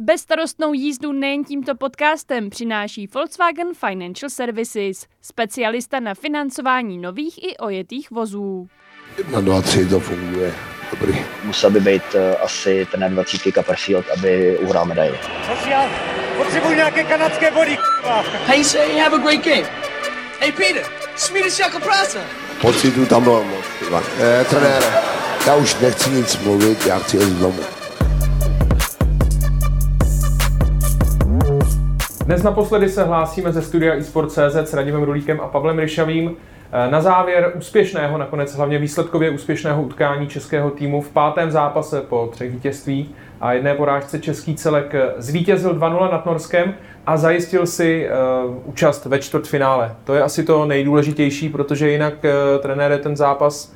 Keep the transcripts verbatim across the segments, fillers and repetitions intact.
Bezstarostnou jízdu nejen tímto podcastem přináší Volkswagen Financial Services, specialista na financování nových i ojetých vozů. Na dva, tři to funguje. Dobrý. Musel by být uh, asi ten dvacítky Copperfield, aby uhrál medaili. Což já potřebuji nějaké kanadské body, k***a. Hey, say you have a great game. Hey, Peter, Swedish jako práce. Pocitu tam bylo moc. Eh, trenére, já už nechci nic mluvit, já chci jít domů. Dnes naposledy se hlásíme ze studia eSport tečka cé zet s Radimem Rulíkem a Pavlem Ryšavým. Na závěr úspěšného, nakonec hlavně výsledkově úspěšného utkání českého týmu v pátém zápase po třech vítězství a jedné porážce český celek zvítězil dva nula nad Norskem a zajistil si uh, účast ve čtvrtfinále. To je asi to nejdůležitější, protože jinak uh, trenére ten zápas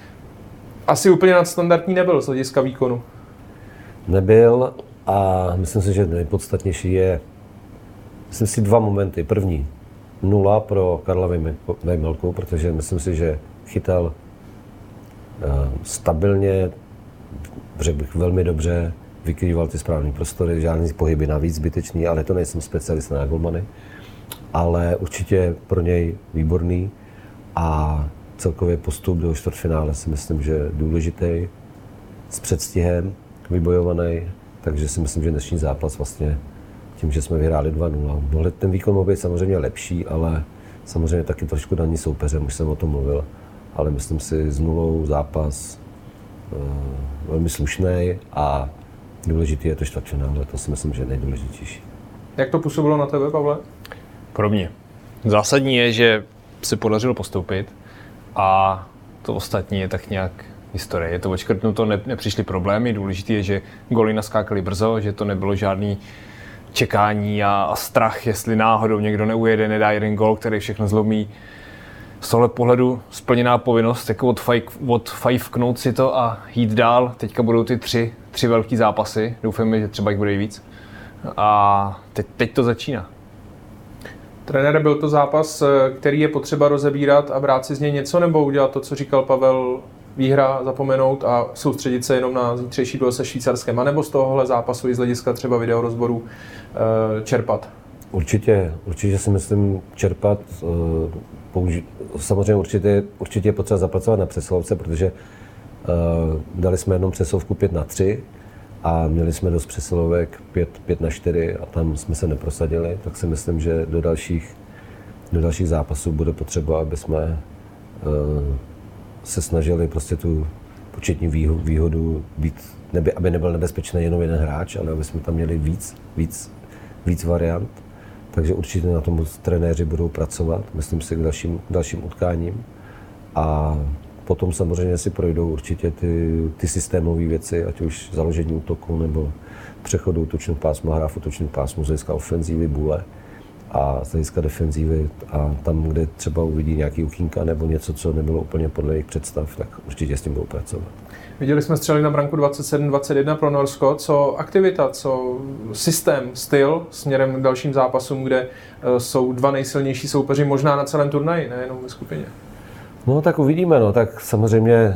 asi úplně nadstandardní nebyl z hlediska výkonu. Nebyl a myslím si, že nejpodstatnější je, myslím si, dva momenty. První, nula pro Karla Vejmelku, protože myslím si, že chytal uh, stabilně, řekl bych velmi dobře, vykrýval ty správné prostory, žádný pohyby navíc zbytečný, ale to nejsem specialista na golmany, ale určitě pro něj výborný a celkově postup do čtvrtfinále si myslím, že je důležitý, s předstihem, vybojovaný, takže si myslím, že dnešní zápas vlastně tím, že jsme vyhráli dva nula. Mohl ten výkon mohl být samozřejmě lepší, ale samozřejmě taky trošku daný soupeřem, už jsem o tom mluvil. Ale myslím si, s nulou zápas uh, velmi slušný a důležitý je to čtvrtfinále, to si myslím, že je nejdůležitější. Jak to působilo na tebe, Pavle? Pro mě. Zásadní je, že se podařilo postoupit a to ostatní je tak nějak historie. Je to odškrtnuto, ne, nepřišly problémy, důležité je, že góly naskákaly brzo, že to nebylo žádný čekání a, a strach, jestli náhodou někdo neujede, nedá jeden gól, který všechno zlomí. Z tohle pohledu splněná povinnost, jako od, faj, od fajfknout si to a jít dál. Teďka budou ty tři, tři velký zápasy, doufáme, že třeba jich bude i víc. A teď, teď to začíná. Trenére, byl to zápas, který je potřeba rozebírat a brát si z něj něco, nebo udělat to, co říkal Pavel, výhra, zapomenout a soustředit se jenom na zítřejší duel se Švýcarskem, anebo z tohohle zápasu i z hlediska třeba videorozboru e, čerpat? Určitě, určitě si myslím čerpat. E, použi- samozřejmě určitě, určitě je potřeba zapracovat na přesilovce, protože e, dali jsme jenom přesilovku pět na tři a měli jsme dost přesilovek pět na čtyři a tam jsme se neprosadili, tak si myslím, že do dalších, do dalších zápasů bude potřeba, aby jsme e, se snažili prostě tu početní výhodu být, neby, aby nebyl nebezpečný jenom jeden hráč, ale aby jsme tam měli víc, víc, víc variant. Takže určitě na tom trenéři budou pracovat, myslím si, k dalším, k dalším utkáním. A potom samozřejmě si projdou určitě ty, ty systémové věci, ať už založení útoku nebo přechodu útočného pásmu, hra v útočném pásmu, z hlediska ofenzívy, bůle a z hlediska defenzívy a tam, kde třeba uvidí nějaký okýnka nebo něco, co nebylo úplně podle jejich představ, tak určitě s tím budou pracovat. Viděli jsme střely na branku dvacet sedm dvacet jedna pro Norsko. Co aktivita, co systém, styl směrem k dalším zápasům, kde jsou dva nejsilnější soupeři možná na celém turnaji, nejenom ve skupině? No tak uvidíme, no tak samozřejmě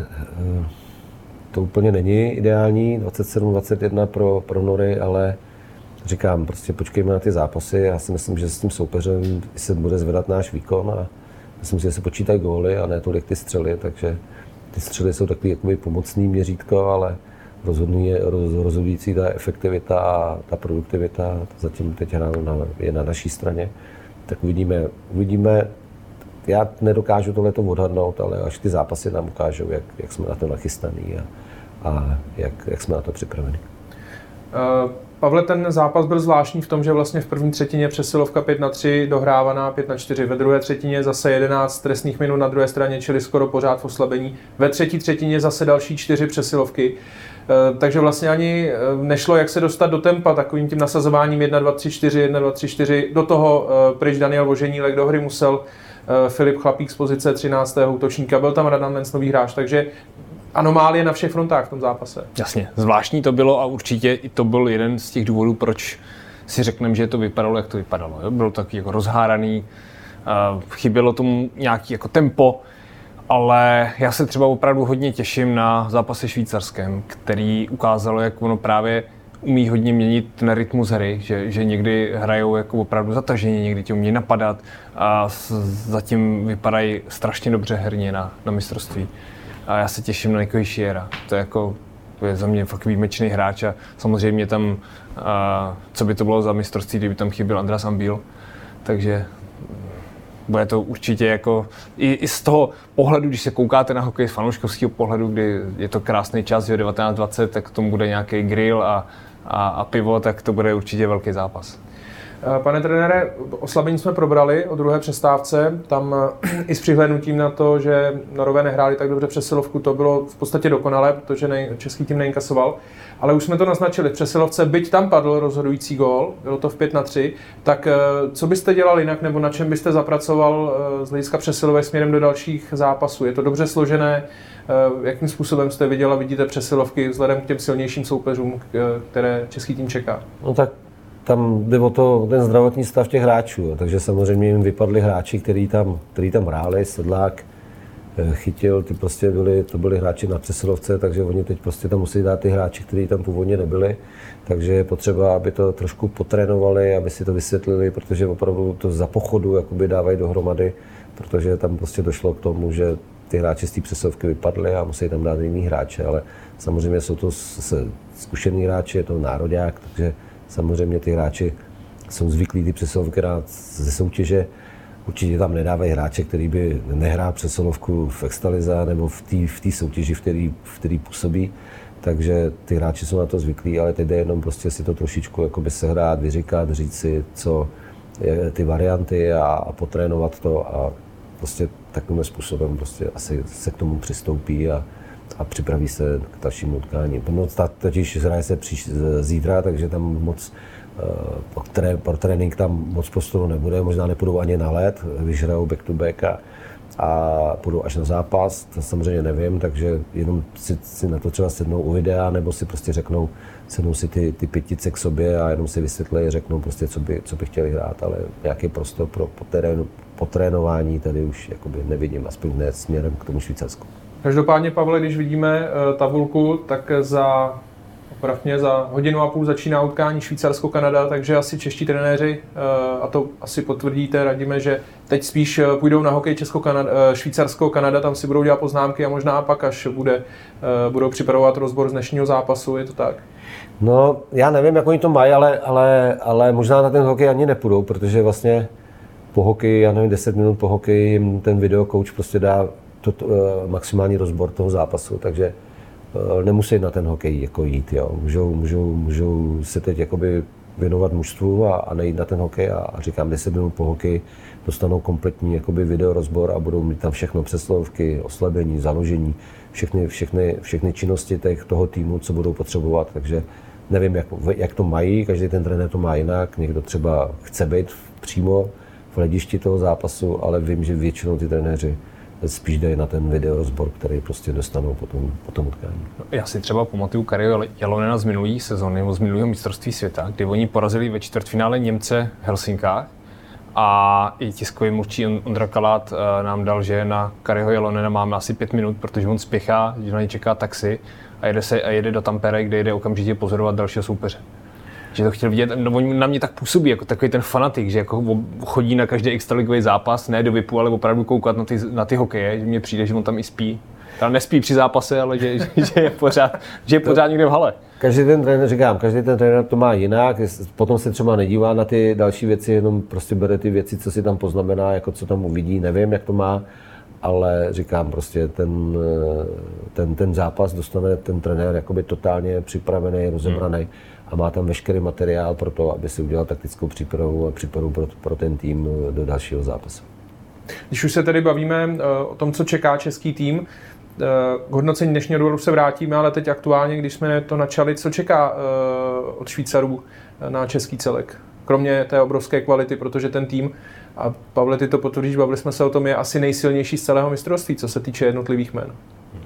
to úplně není ideální, dvacet sedm dvacet jedna pro, pro Nory, ale říkám, prostě počkejme na ty zápasy, já si myslím, že s tím soupeřem se bude zvedat náš výkon a myslím si, že se počítají góly a ne tolik ty střely, takže ty střely jsou takový jakoby pomocný měřítko, ale rozhodný, roz, rozhodující ta efektivita a ta produktivita, zatím teď na, je na naší straně, tak uvidíme, uvidíme, já nedokážu tohleto odhadnout, ale až ty zápasy nám ukážou, jak, jak jsme na to nachystaný a, a jak, jak jsme na to připraveni. Uh... Pavle, ten zápas byl zvláštní v tom, že vlastně v první třetině přesilovka pět na tři dohrávaná pět na čtyři, ve druhé třetině zase jedenáct trestných minut na druhé straně, čili skoro pořád v oslabení, ve třetí třetině zase další čtyři přesilovky, takže vlastně ani nešlo, jak se dostat do tempa takovým tím nasazováním jedna dva tři čtyři, jedna dva tři čtyři, do toho pryč Daniel Voženílek, do hry musel Filip Chlapík z pozice třináctého útočníka, byl tam Radan Lenz, nový hráč, takže anomálie na všech frontách v tom zápase. Jasně, zvláštní to bylo a určitě i to byl jeden z těch důvodů, proč si řekneme, že to vypadalo, jak to vypadalo. Jo? Bylo taky jako rozháraný, uh, chybělo tomu nějaký jako tempo, ale já se třeba opravdu hodně těším na zápasy Švýcarskem, který ukázalo, jak ono právě umí hodně měnit ten rytmus hry, že, že někdy hrajou jako opravdu zataženě, někdy tě umí napadat a zatím vypadají strašně dobře herně na, na mistrovství. A já se těším na Nico Hischiera. To je jako to je za mě fakt výjimečný hráč a samozřejmě tam, a, co by to bylo za mistrovství, kdyby tam chyběl Andras Ambil. Takže bude to určitě jako i, i z toho pohledu, když se koukáte na hokej z fanouškovského pohledu, kdy je to krásný čas, že devatenáct dvacet, tak k tomu bude nějaký grill a, a, a pivo, tak to bude určitě velký zápas. Pane trenére, oslabení jsme probrali o druhé přestávce. Tam i s přihlédnutím na to, že Norové nehráli tak dobře přesilovku, to bylo v podstatě dokonalé, protože nej, český tým neinkasoval. Ale už jsme to naznačili, v přesilovce, byť tam padl rozhodující gól, bylo to v pět na tři, tak co byste dělal jinak, nebo na čem byste zapracoval z hlediska přesilové směrem do dalších zápasů? Je to dobře složené? Jakým způsobem jste viděl a vidíte přesilovky vzhledem k těm silnějším soupeřům, které český tým čeká? No tak tam jde o to, ten zdravotní stav těch hráčů, takže samozřejmě jim vypadli hráči, kteří tam, který tam hráli, Sedlák, Chytil, ty prostě byli, to byli hráči na přesilovce, takže oni teď prostě tam musí dát ty hráči, kteří tam původně nebyli, takže je potřeba, aby to trošku potrénovali, aby si to vysvětlili, protože opravdu to za pochodu jakoby dávají dohromady, protože tam prostě došlo k tomu, že ty hráči z té přesilovky vypadli a musí tam dát jiný hráče, ale samozřejmě jsou to zkušený hráči, je to nároďák, takže samozřejmě ty hráči jsou zvyklí ty přesilovky dát ze soutěže. Určitě tam nedávají hráče, který by nehrál přesilovku v extralize nebo v té v té soutěži, v který, v který působí. Takže ty hráči jsou na to zvyklí, ale teď jde jenom prostě si to trošičku jakoby sehrát, vyříkat, říct si, co je, ty varianty a, a potrénovat to a prostě takovým způsobem prostě asi se k tomu přistoupí a, a připraví se k dalšímu utkání. No, totiž hraje se příš, zítra, takže tam moc uh, pro trénink tam moc prostoru nebude, možná nepůjdou ani na led, když hrajou back to back a, a půjdou až na zápas, to samozřejmě nevím, takže jenom si, si na to třeba sednou u videa, nebo si prostě řeknou, sednou si ty, ty pětice k sobě a jenom si vysvětlí, řeknou prostě, co by, co by chtěli hrát, ale nějaký prostor pro potrénu, potrénování tady už jakoby nevidím, aspoň ne směrem k tomu Švýcarsku. Každopádně, Pavle, když vidíme uh, tabulku, tak za, opravně za hodinu a půl začíná utkání Švýcarsko-Kanada, takže asi čeští trenéři, uh, a to asi potvrdíte, radíme, že teď spíš půjdou na hokej Česko-Kanada, uh, Švýcarsko-Kanada, tam si budou dělat poznámky a možná pak, až bude, uh, budou připravovat rozbor z dnešního zápasu, je to tak? No, já nevím, jak oni to mají, ale, ale, ale možná na ten hokej ani nepůjdou, protože vlastně po hokeji, já nevím, deset minut po hokeji jim ten videokouč prostě dá to, to, maximální rozbor toho zápasu, takže uh, nemusí na ten hokej jako jít, jo. Můžou, můžou, můžou se teď jakoby věnovat mužstvu a, a nejít na ten hokej a, a říkám, deset minut po hokeji dostanou kompletní jakoby videorozbor a budou mít tam všechno přeslovky, oslabení, založení, všechny, všechny, všechny činnosti těch, toho týmu, co budou potřebovat, takže nevím, jak, jak to mají, každý ten trenér to má jinak, někdo třeba chce být přímo v hledišti toho zápasu, ale vím, že většinou ty trenéři spíš dají na ten videorozbor, který prostě dostanou po tom, po tom utkání. Já si třeba pamatuju Kariho Jalonena z minulý sezóny, nebo z minulého mistrovství světa, kdy oni porazili ve čtvrtfinále Němce v Helsinkách a i tiskový mluvčí Ondra Kalát nám dal, že na Kariho Jalonena máme asi pět minut, protože on spěchá, že na něj čeká taxi a jede, se, a jede do Tampere, kde jede okamžitě pozorovat dalšího soupeře. Že to chtěl vidět, no on na mě tak působí, jako takový ten fanatik, že jako chodí na každý extraligový zápas, ne do vipu, ale opravdu koukat na ty, na ty hokeje, že mně přijde, že on tam i spí. Tam nespí při zápase, ale že, že, že je pořád, že je pořád někde v hale. Každý ten trenér, říkám, každý ten trenér to má jinak, potom se třeba nedívá na ty další věci, jenom prostě bere ty věci, co si tam poznamená, jako co tam uvidí, nevím, jak to má, ale říkám, prostě ten, ten, ten zápas dostane ten trenér jakoby totálně připravený, rozebraný. Hmm. A má tam veškerý materiál pro to, aby si udělal taktickou přípravu a přípravu pro, pro ten tým do dalšího zápasu. Když už se tedy bavíme uh, o tom, co čeká český tým, uh, k hodnocení dnešního duelu se vrátíme, ale teď aktuálně, když jsme to načali, co čeká uh, od Švýcarů na český celek? Kromě té obrovské kvality, protože ten tým, a Pavle, ty to potvrdíš, bavili jsme se o tom, je asi nejsilnější z celého mistrovství, co se týče jednotlivých jmen.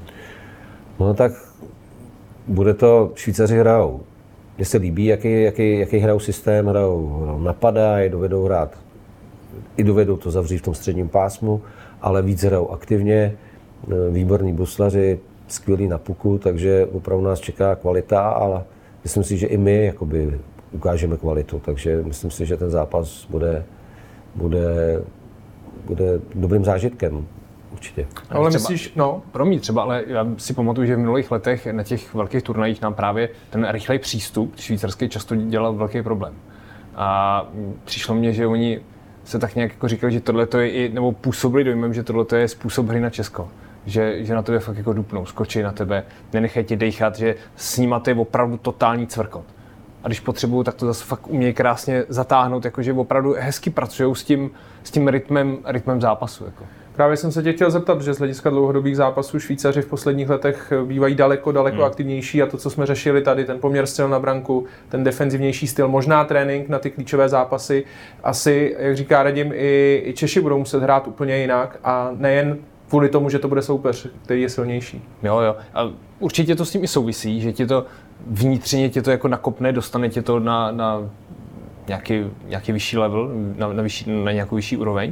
No tak bude to, Švýcaři hrajou. Mně se líbí, jaký, jaký, jaký hrajou systém, hrajou, hrajou napadají, dovedou hrát, i dovedou to zavřít v tom středním pásmu, ale víc hrajou aktivně, výborní bruslaři, skvělí na puku, takže opravdu nás čeká kvalita, ale myslím si, že i my jakoby ukážeme kvalitu, takže myslím si, že ten zápas bude, bude, bude dobrým zážitkem. Určitě. Ale třeba, myslíš, no? Pro mě třeba, ale já si pamatuju, že v minulých letech na těch velkých turnajích nám právě ten rychlej přístup švýcarský často dělal velký problém. A přišlo mně, že oni se tak nějak jako říkali, že tohle to je i, nebo působili dojmem, že tohle je způsob hry na Česko. Že, že na tebe fakt jako dupnou, skočí na tebe, nenechají tě dejchat, že s nima to je opravdu totální cvrkot. A když potřebuju, tak to zase fakt umějí krásně zatáhnout, jakože opravdu hezky pracují s tím, s tím rytmem, rytmem zápasu. Jako. Právě jsem se tě chtěl zeptat, že z hlediska dlouhodobých zápasů Švýcaři v posledních letech bývají daleko, daleko hmm. aktivnější a to, co jsme řešili tady, ten poměr střel na branku, ten defenzivnější styl, možná trénink na ty klíčové zápasy, asi, jak říká Radim, i, i Češi budou muset hrát úplně jinak a nejen kvůli tomu, že to bude soupeř, který je silnější. Jo, jo. A určitě to s tím i souvisí, že ti to vnitřně tě to jako nakopne, dostane tě to na, na nějaký, nějaký vyšší level, na, na, vyšší, na nějakou vyšší úroveň.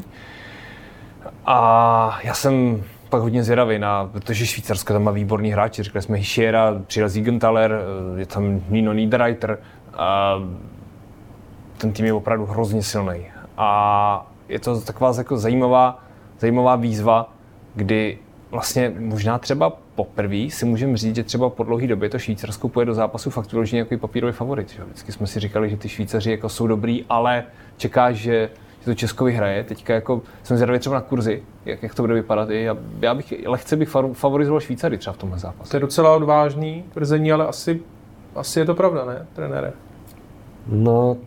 A já jsem pak hodně zvědavý, na, protože Švýcarsko tam má výborný hráči, řekli jsme Hischiera, přijel Siegenthaler, je tam Nino Niederreiter, a ten tým je opravdu hrozně silný. A je to taková jako zajímavá, zajímavá výzva, kdy vlastně možná třeba poprvé si můžeme říct, že třeba po dlouhé době to Švýcarsko pojede do zápasu fakt vyloženě jako papírový favorit. Že? Vždycky jsme si říkali, že ty Švýcaři jako jsou dobrý, ale čekáš, že to Česko vyhraje. Teďka jako jsem zvědavý třeba na kurzy, jak, jak to bude vypadat. Já, já bych lehce bych favorizoval Švýcary třeba v tomhle zápase. To je docela odvážný tvrzení, ale asi, asi je to pravda, ne, trenére? No,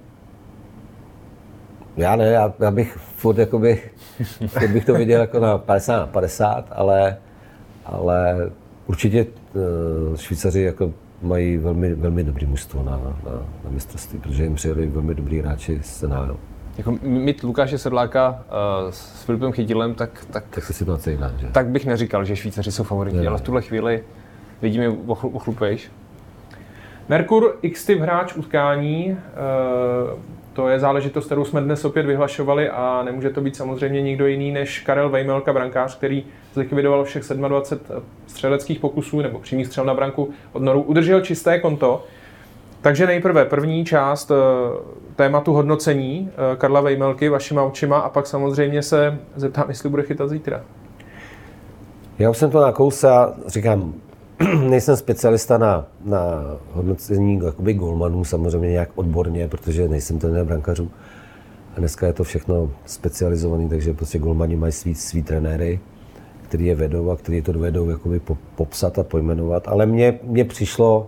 já ne, já, já bych furt jakoby, bych to viděl jako na padesát na padesát, ale, ale určitě uh, Švýcaři jako mají velmi, velmi dobrý mužstvo na, na, na mistrovství, protože jim přijeli velmi dobrý hráči z N H L. Jako mít Lukáše Sedláka uh, s Filipem Chytilem, tak, tak, tak se situace jiná, že? Tak bych neříkal, že Švýcaři jsou favoriti, ne, ale v tuhle chvíli vidíme ochlupejš. Merkur X-typ hráč utkání, uh, to je záležitost, kterou jsme dnes opět vyhlašovali a nemůže to být samozřejmě nikdo jiný než Karel Vejmelka, brankář, který zlikvidoval všech dvacet sedm střeleckých pokusů nebo přímých střel na branku od Norů, udržel čisté konto. Takže nejprve první část tématu hodnocení Karla Vejmelky vašima očima a pak samozřejmě se zeptám, jestli bude chytat zítra. Já už jsem to nakousl a říkám, nejsem specialista na, na hodnocení jakoby golmanů, samozřejmě nějak odborně, protože nejsem trenér brankařů. A dneska je to všechno specializované, takže prostě golmani mají svý, svý trenéry, který je vedou a který to dovedou jakoby popsat a pojmenovat. Ale mně, mně přišlo,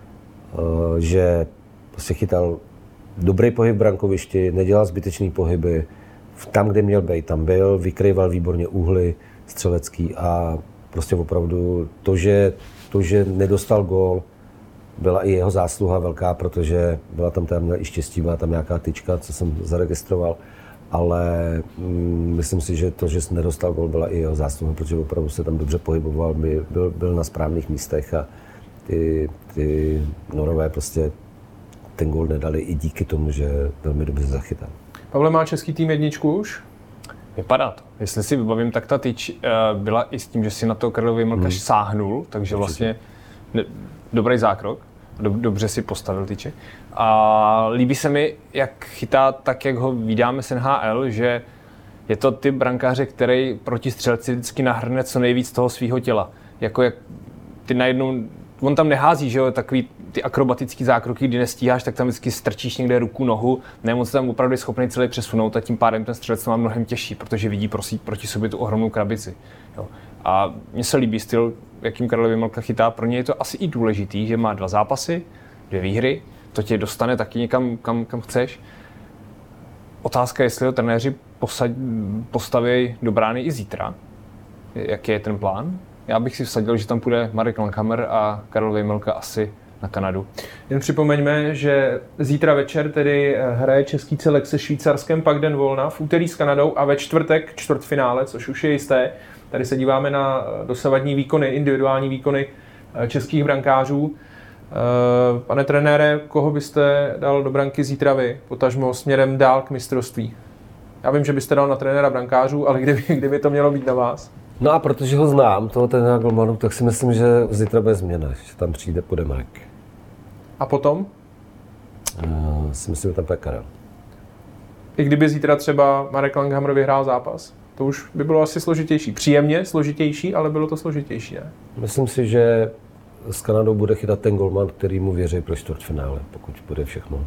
že prostě chytal dobrý pohyb v brankovišti, nedělal zbytečný pohyby, tam, kde měl být, tam byl, vykrýval výborně úhly střelecký a prostě opravdu to, že, to, že nedostal gól, byla i jeho zásluha velká, protože byla tam, tam i štěstí, byla tam nějaká tyčka, co jsem zaregistroval, ale mm, myslím si, že to, že nedostal gól, byla i jeho zásluha, protože opravdu se tam dobře pohyboval, byl, byl na správných místech a ty, ty Norové prostě ten gól nedali i díky tomu, že velmi dobře zachytal. Pavle, má český tým jedničku už? Vypadá to. Jestli si vybavím, tak ta tyč uh, byla i s tím, že si na to Karel Vejmelka hmm. sáhnul, takže vlastně ne, dobrý zákrok, do, dobře si postavil tyče. A líbí se mi, jak chytá tak, jak ho vídáme z N H L, že je to typ brankáře, který proti střelci vždycky nahrne co nejvíc toho svého těla. Jako jak ty najednou, on tam nehází, že jo, takový ty akrobatický zákroky, kdy nestíháš, tak tam vždycky strčíš někde ruku, nohu, ne, on se tam opravdu je schopný celý přesunout a tím pádem ten střelec to má mnohem těžší, protože vidí prosí, proti sobě tu ohromnou krabici. Jo. A mně se líbí styl, jakým Karel Vejmelka chytá, pro ně je to asi i důležitý, že má dva zápasy, dvě výhry, to tě dostane taky někam, kam, kam chceš. Otázka je, jestli ho trenéři posad, postaví do brány i zítra, jaký je ten plán. Já bych si vsadil, že tam půjde Marek Langhammer a Karel Vejmelka asi na Kanadu. Jen připomeňme, že zítra večer tedy hraje český celek se Švýcarskem, pak den volna, v úterý s Kanadou a ve čtvrtek čtvrtfinále, což už je jisté. Tady se díváme na dosavadní výkony, individuální výkony českých brankářů. Pane trenére, koho byste dal do branky zítra vy, potažmo směrem dál k mistrovství? Já vím, že byste dal na trenéra brankářů, ale kdyby, kdyby to mělo být na vás? No a protože ho znám, toho trenéra golmanu, tak si myslím, že zítra bude změna, že tam přijde Podemarek. A potom? Uh, si myslím, že tam bude Karel. I kdyby zítra třeba Marek Langhammer vyhrál zápas? To už by bylo asi složitější. Příjemně složitější, ale bylo to složitější, ne? Myslím si, že s Kanadou bude chytat ten golman, který mu věří pro čtvrtfinále, pokud bude všechno.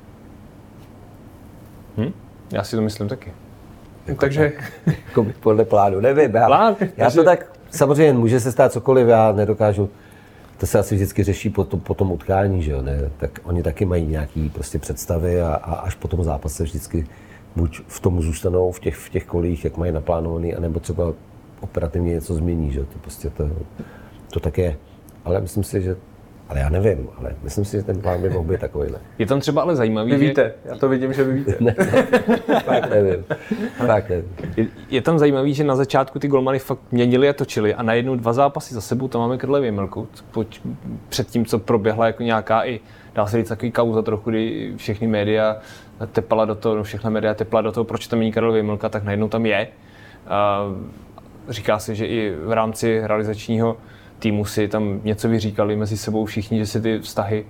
Hm? Já si to myslím taky. Jako takže... Jako podle plánu, nevím. Já, Plán, já takže... to tak, samozřejmě může se stát cokoliv, já nedokážu. To se asi vždycky řeší po, to, po tom utkání, že jo, ne? Tak oni taky mají nějaký prostě představy a, a až po tom zápase vždycky buď v tom zůstanou, v těch, v těch kolích, jak mají naplánovaný, anebo třeba operativně něco změní, že to prostě to, to tak je. Ale myslím si, že, ale já nevím, ale myslím si, že ten plán by mohl být takovýhle. Je tam třeba ale zajímavý, Vy víte, že... já to vidím, že vy víte. Ne, fakt nevím, fakt nevím. Je, je tam zajímavý, že na začátku ty golmany fakt měnili a točili a najednou dva zápasy za sebou, tam máme Karla Věmelku. Před tím, co proběhla jako nějaká i, dá se říct, takový kauza trochu, kdy všechny média tepala do toho, no všechna média tepla do toho, proč tam není Karel Věmelka, tak najednou tam je. A říká se, že i v rámci realizačního týmu si tam něco vyříkali mezi sebou všichni, že si ty vztahy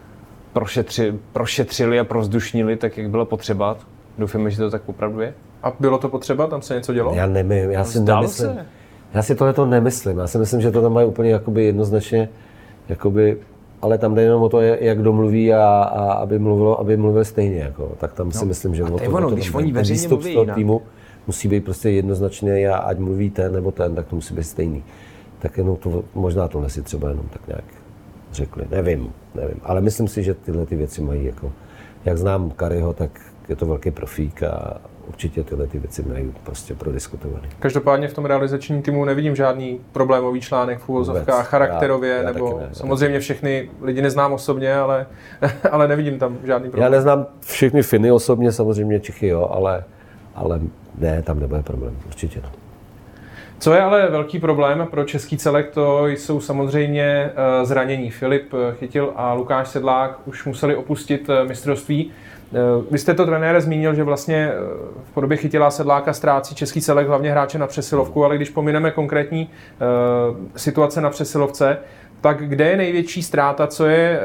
prošetři, prošetřili a prozdušnili tak, jak bylo potřeba. Doufáme, že to tak opravdu je. A bylo to potřeba? Tam se něco dělo? Já nevím, já si Zdál nemyslím. se. Já si tohle to nemyslím. Já si myslím, že to tam mají úplně jakoby jednoznačně, jakoby, ale tam jde jenom o to, jak domluví a, a aby mluvilo, aby mluvil stejně. Jako. Tak tam si No. myslím, že A o to je to, ono, o to když tam oni ten veřejně výstup mluví z toho jinak. týmu musí být prostě jednoznačný a ať mluví ten nebo ten, tak to musí být stejný. Tak jenom to, možná tohle si třeba jenom tak nějak řekli. Nevím, nevím. Ale myslím si, že tyhle ty věci mají jako, jak znám Kariho, tak je to velký profík a určitě tyhle ty věci mají prostě prodiskutované. Každopádně v tom realizačním týmu nevidím žádný problémový článek v uvozovkách, charakterově, já, já nebo ne, samozřejmě všechny lidi neznám osobně, ale, ale nevidím tam žádný problém. Já neznám všechny Finy osobně, samozřejmě Čechy, jo, ale, ale ne, tam nebude problém, určitě ne. Co je ale velký problém pro český celek, to jsou samozřejmě zranění. Filip Chytil a Lukáš Sedlák už museli opustit mistrovství. Vy jste to, trenére, zmínil, že vlastně v podobě Chytila a Sedláka ztrácí český celek hlavně hráče na přesilovku, ale když pomineme konkrétní uh, situace na přesilovce, tak kde je největší ztráta, co je,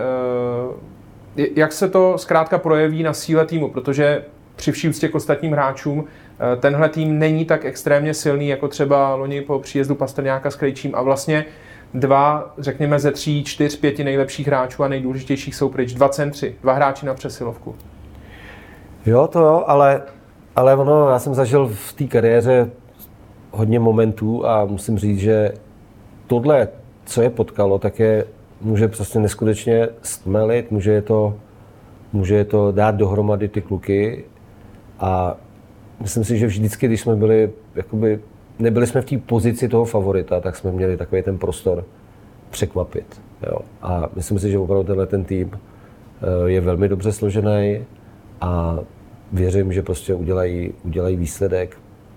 uh, jak se to zkrátka projeví na síle týmu, protože při vší úctě k ostatním hráčům uh, tenhle tým není tak extrémně silný, jako třeba loni po příjezdu Pastrňáka s Krejčím a vlastně dva, řekněme ze tří, čtyř, pěti nejlepších hráčů a nejdůležitějších jsou pryč. Dva centři, dva hráči na přesilovku. Jo, to jo, ale, ale ono, já jsem zažil v té kariéře hodně momentů a musím říct, že tohle, co je potkalo, tak je může prostě neskutečně stmelit, může je to, může je to dát dohromady ty kluky a myslím si, že vždycky, když jsme byli, jakoby, nebyli jsme v té pozici toho favorita, tak jsme měli takový ten prostor překvapit. Jo. A myslím si, že opravdu tenhle ten tým je velmi dobře složený a věřím, že prostě udělají, udělají výsledek.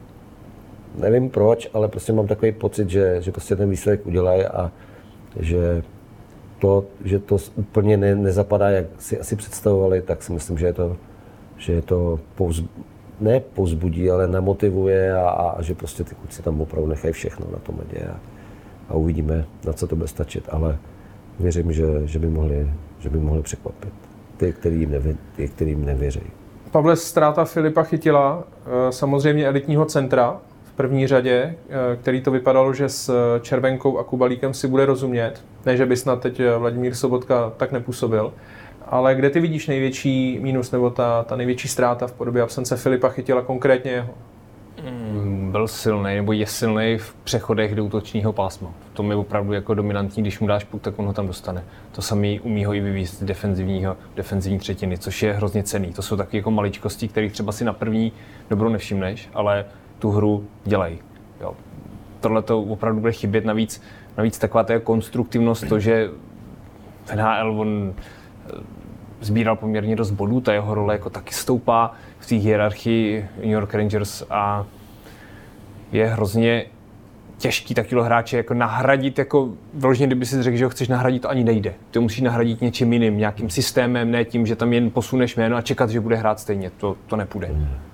Nevím proč, ale prostě mám takový pocit, že, že prostě ten výsledek udělají a že to, že to úplně ne, nezapadá, jak si asi představovali, tak si myslím, že je to, že je to povz, ne povzbudí, ale namotivuje a, a že prostě ty kluci tam opravdu nechají všechno na tom ledě a, a uvidíme, na co to bude stačit, ale věřím, že, že, by, mohli, že by mohli překvapit ty, kterým, nevě, ty, kterým nevěří. Pavle, ztráta Filipa Chytila, samozřejmě elitního centra v první řadě, který to vypadalo, že s Červenkou a Kubalíkem si bude rozumět. Ne, že by snad teď Vladimír Sobotka tak nepůsobil. Ale kde ty vidíš největší mínus nebo ta, ta největší ztráta v podobě absence Filipa Chytila, konkrétně jeho? Mm, byl silný, nebo je silný v přechodech do útočního pásma. To je opravdu jako dominantní, když mu dáš puk, tak on ho tam dostane. To samý umí ho i vyvízt z defenzivního, defenzivní třetiny, což je hrozně cenný. To jsou taky jako maličkosti, které třeba si na první dobrou nevšimneš, ale tu hru dělají. Jo. Tohle to opravdu bude chybět, navíc, navíc taková ta konstruktivnost, to, že v N H L on sbíral poměrně dost bodů, ta jeho role jako taky stoupá v té hierarchii New York Rangers a je hrozně těžký takovýhle hráče jako nahradit, jako vložně, kdyby si řekl, že ho chceš nahradit, to ani nejde. Ty ho musíš nahradit něčím jiným, nějakým systémem, ne tím, že tam jen posuneš jméno a čekat, že bude hrát stejně, to, to nepůjde.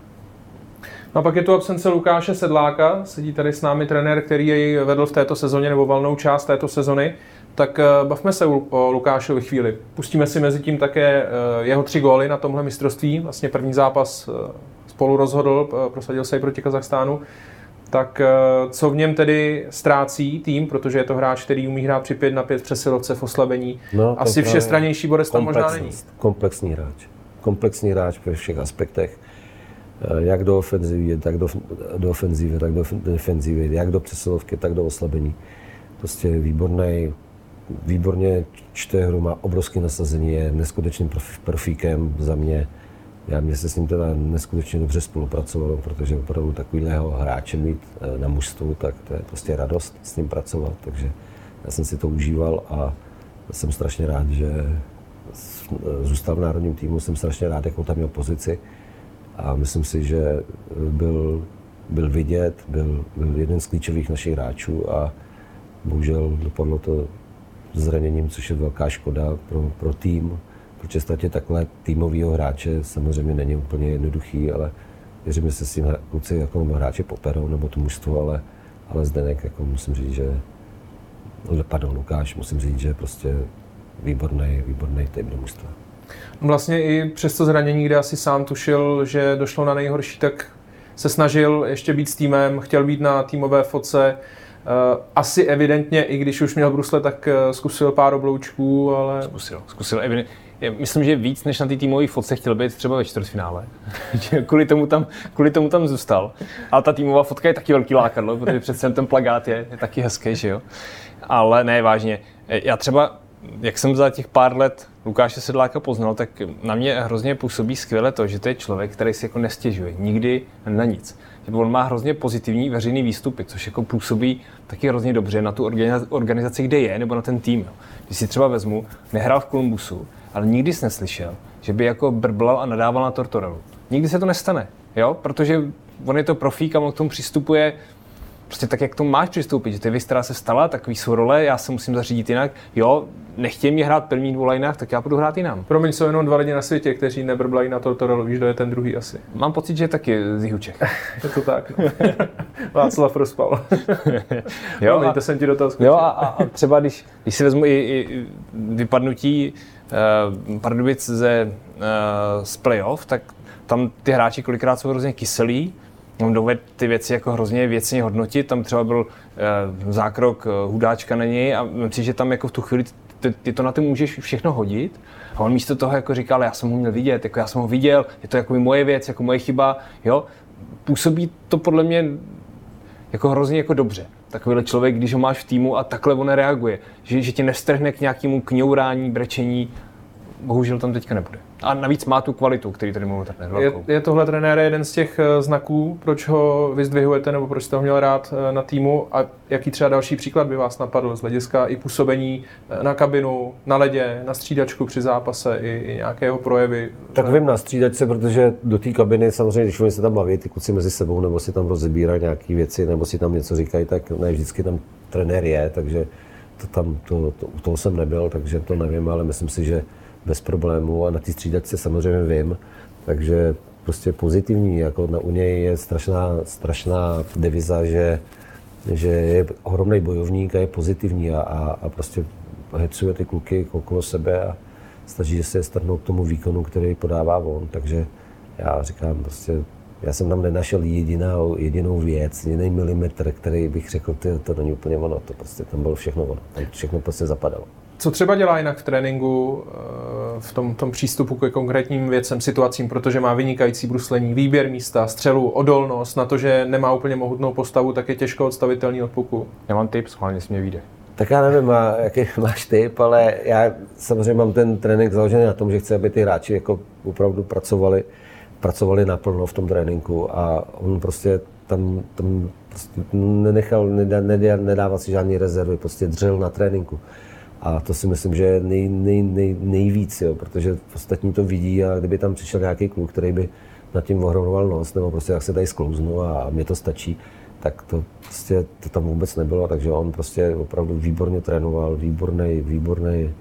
No a pak je tu absence Lukáše Sedláka, sedí tady s námi trenér, který jej vedl v této sezóně nebo valnou část této sezony. Tak bavme se o Lukášovi chvíli. Pustíme si mezi tím také jeho tři góly na tomhle mistrovství. Vlastně první zápas spolu rozhodl, prosadil se i proti Kazachstánu. Tak co v něm tedy ztrácí tým, protože je to hráč, který umí hrát při pět na pět přesilovce v oslabení. No, asi všestrannější bodec tam možná není. Komplexní hráč. Komplexní hráč ve všech aspektech. Jak do ofenzivy, tak do, do ofenzivy, tak do defenzivy, jak do přesilovky, tak do oslabení. Prostě výborný, výborně čte hru, má obrovské nasazení, je neskutečným profíkem za mě. Já mě se s ním teda neskutečně dobře spolupracovalo, protože opravdu takovýhleho hráče mít na mužstvu, tak to je prostě radost s ním pracovat. Takže já jsem si to užíval a jsem strašně rád, že zůstal v národním týmu, jsem strašně rád, jakou tam měl pozici. A myslím si, že byl, byl vidět, byl, byl jeden z klíčových našich hráčů a bohužel dopadlo to zraněním, což je velká škoda pro, pro tým, protože ztratit takhle týmového hráče samozřejmě není úplně jednoduchý, ale věřím, že se s tím kluci jako hráči poperou, nebo to mužstvo, ale, ale Zdeněk, jako musím říct, že pardon, Lukáš, musím říct, že prostě výborný, výborný typ do mužstva. Vlastně i přes to zranění, kde asi sám tušil, že došlo na nejhorší, tak se snažil ještě být s týmem, chtěl být na týmové fotce. Asi evidentně, i když už měl brusle, tak zkusil pár obloučků, ale... Zkusil, zkusil evidentně. Myslím, že víc než na té týmové fotce chtěl být třeba ve čtvrtfinále. kvůli, tomu tam, kvůli tomu tam zůstal. Ale ta týmová fotka je taky velký lákadlo, protože přece ten plakát je, je taky hezký, že jo? Ale ne, vážně. Já třeba, jak jsem za těch pár let Lukáše Sedláka poznal, tak na mě hrozně působí skvěle to, že to je člověk, který si jako nestěžuje nikdy na nic. Že on má hrozně pozitivní veřejný výstupy, což jako působí taky hrozně dobře na tu organizaci, kde je, nebo na ten tým. Když si třeba vezmu, nehrál v Kolumbusu, ale nikdy jsi neslyšel, že by jako brblal a nadával na Tortorelu. Nikdy se to nestane, jo? Protože on je to profík a on k tomu přistupuje prostě tak, jak k tomu máš přistoupit, že ty věc, která se stala, takový jsou role, já se musím zařídit jinak. Jo, nechtějí mě hrát první dvou lineách, tak já budu hrát jinam. Promiň, jsou jenom dva lidi na světě, kteří nebrblají na Tortorelu, víš, kdo je ten druhý asi. Mám pocit, že je taky z jihu Čech. Je to tak. No. Václav Rozpal. Jo, Promiň, to jsem ti do toho skočil. Jo, a, a třeba když, když si vezmu i, i vypadnutí uh, Pardubic ze, uh, z playoff, tak tam ty hráči kolikrát jsou hrozně kyselí. On dovede ty věci jako hrozně věcně hodnotit, tam třeba byl e, zákrok e, Hudáčka na něj a myslím, že tam jako v tu chvíli ty, ty to na to můžeš všechno hodit a on místo toho jako říkal, já jsem ho měl vidět, jako já jsem ho viděl, je to jako moje věc, jako moje chyba, jo. Působí to podle mě jako hrozně jako dobře. Takovýhle člověk, když ho máš v týmu a takhle on reaguje, že, že tě nestrhne k nějakému kňourání, brečení, bohužel tam teďka nebude. A navíc má tu kvalitu, který tady mluvil trenér. Je, je tohle trenér jeden z těch znaků, proč ho vyzdvihujete nebo proč jste ho měl rád na týmu a jaký třeba další příklad by vás napadl z hlediska i působení na kabinu, na ledě, na střídačku při zápase i, i nějakého projevy? Tak vím na střídačce, protože do té kabiny samozřejmě, když oni se tam baví, ty kluci mezi sebou, nebo si tam rozebírají nějaké věci, nebo si tam něco říkají, tak ne vždycky tam trenér je, takže to tam, to, to, u toho jsem nebyl, takže to nevím, ale myslím si, že bez problémů a na té střídačce samozřejmě vím, takže prostě pozitivní, jako na, u něj je strašná, strašná deviza, že, že je ohromný bojovník a je pozitivní a, a, a prostě hecuje ty kluky okolo sebe a snaží se je strhnout k tomu výkonu, který podává on, takže já říkám prostě, já jsem tam nenašel jedinou, jedinou věc, jediný milimetr, který bych řekl, ty, to není úplně ono, to prostě tam bylo všechno ono, tam všechno prostě zapadalo. Co třeba dělá jinak v tréninku, v tom, tom přístupu ke konkrétním věcem, situacím, protože má vynikající bruslení, výběr místa, střelu, odolnost, na to, že nemá úplně mohutnou postavu, tak je těžko odstavitelný od puku. Já mám tip, schválně si mě vyjde. Tak já nevím, jaký máš tip, ale já samozřejmě mám ten trénink založený na tom, že chci, aby ty hráči jako opravdu pracovali, pracovali naplno v tom tréninku a on prostě tam, tam prostě nenechal, nedá, nedá, nedával si žádný rezervy, prostě dřel na tréninku. A to si myslím, že je nej, nej, nej, nejvíc, jo, protože ostatní to vidí a kdyby tam přišel nějaký kluk, který by nad tím ohromoval nos, nebo prostě jak se tady sklouznu a mě to stačí, tak to prostě to tam vůbec nebylo, takže on prostě opravdu výborně trénoval, výborný, výborný,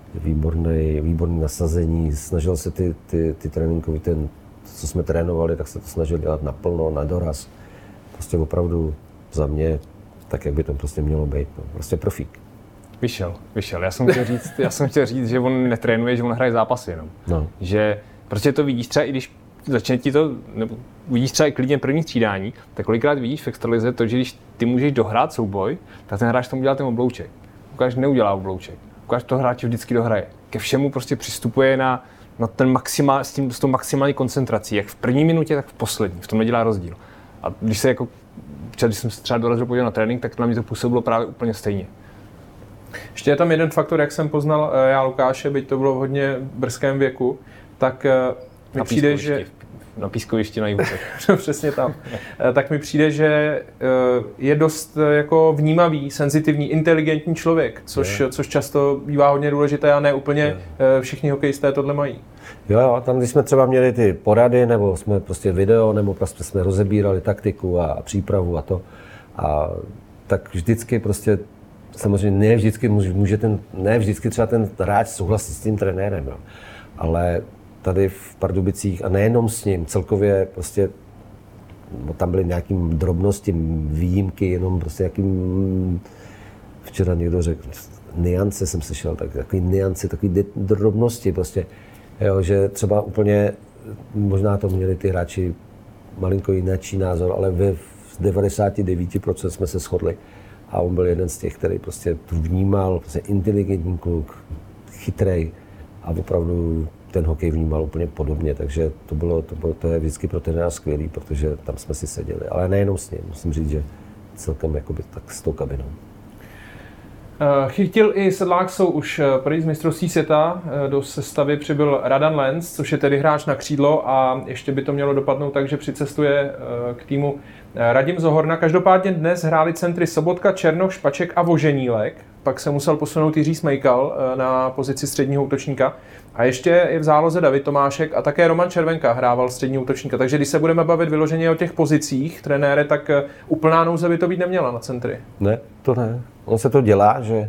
výborný, výborný nasazení, snažil se ty, ty, ty tréninkový, ten, co jsme trénovali, tak se to snažil dělat naplno, na doraz. Prostě opravdu za mě, tak jak by to prostě mělo být, no. Prostě profík. Vyšel, vyšel. Já jsem chtěl říct, já jsem chtěl říct, že on netrénuje, že on hraje zápasy jenom. No. Že prostě to vidíš třeba, i když začne ti to, nebo vidíš třeba i klidně první střídání, tak kolikrát vidíš v extralize to, že když ty můžeš dohrát souboj, tak ten hráč tomu udělá ten oblouček. Lukáš neudělá oblouček. Lukáš to hráč vždycky dohraje. Ke všemu prostě přistupuje na, na ten maximál, s, tím, s tou maximální koncentrací, jak v první minutě, tak v poslední. V tom nedělá rozdíl. A když se jako, když jsem se třeba dorazil podívat na trénink, tak na mě to působilo právě úplně stejně. Ještě je tam jeden faktor, jak jsem poznal já Lukáše, byť to bylo v hodně brzkém věku, tak mi na přijde, že... Na pískovišti na Jivotech. No, přesně tam. Tak mi přijde, že je dost jako vnímavý, senzitivní, inteligentní člověk, což, což často bývá hodně důležité a ne úplně je. Všichni hokejisté tohle mají. Jo, jo, tam když jsme třeba měli ty porady, nebo jsme prostě video, nebo prostě jsme rozebírali taktiku a, a přípravu a to, a tak vždycky prostě, samozřejmě ne vždycky může ten, ne vždycky třeba ten hráč souhlasit s tím trenérem, jo. Ale tady v Pardubicích, a nejenom s ním, celkově prostě, no tam byly nějaký drobnosti, výjimky, jenom prostě jakým, včera někdo řekl, niance jsem slyšel, tak takový niance, takový drobnosti prostě, jo, že třeba úplně, možná to měli ty hráči malinko jináčí názor, ale ve devadesát devět procent jsme se shodli a on byl jeden z těch, který prostě to vnímal, prostě inteligentní kluk, chytrej a opravdu ten hokej vnímal úplně podobně, takže to bylo, to bylo, to je vždycky pro trenéra skvělý, protože tam jsme si seděli, ale nejenom s ním, musím říct, že celkem jakoby tak s tou kabinou. Chytil i Sedlák jsou už prý z mistrovství světa, do sestavy přibyl Radan Lenz, což je tedy hráč na křídlo a ještě by to mělo dopadnout tak, že přicestuje k týmu Radim Zohorna. Každopádně dnes hráli centry Sobotka, Černoch, Špaček a Voženílek, pak se musel posunout Jiří Smejkal na pozici středního útočníka. A ještě je v záloze David Tomášek a také Roman Červenka hrával střední útočníka. Takže když se budeme bavit vyloženě o těch pozicích trenére, tak úplná nouze by to být neměla na centry. Ne, to ne. On se to dělá, že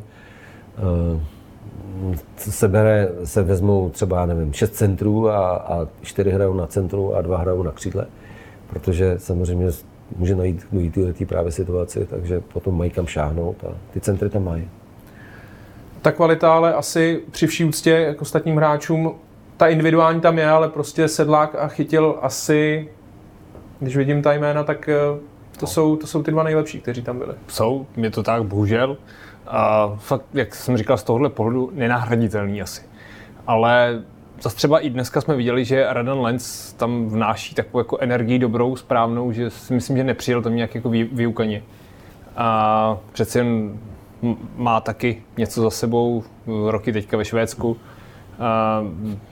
uh, se, bere, se vezmou třeba, nevím, šest centrů a, a čtyři hrajou na centru a dva hrajou na křídle. Protože samozřejmě může najít dojít tyhle právě situaci, takže potom mají kam šáhnout a ty centry tam mají. Ta kvalita ale asi při vší úctě k ostatním hráčům, ta individuální tam je, ale prostě Sedlák a Chytil asi, když vidím ta jména, tak to, no. jsou, to jsou ty dva nejlepší, kteří tam byli. Jsou, je to tak, bohužel. A fakt, jak jsem říkal, z tohohle pohledu nenahraditelný asi. Ale zase třeba i dneska jsme viděli, že Radan Lenz tam vnáší takovou jako energii dobrou, správnou, že si myslím, že nepřijel tam nějak jako vyukaně. A přece jen má taky něco za sebou, roky teďka ve Švédsku. A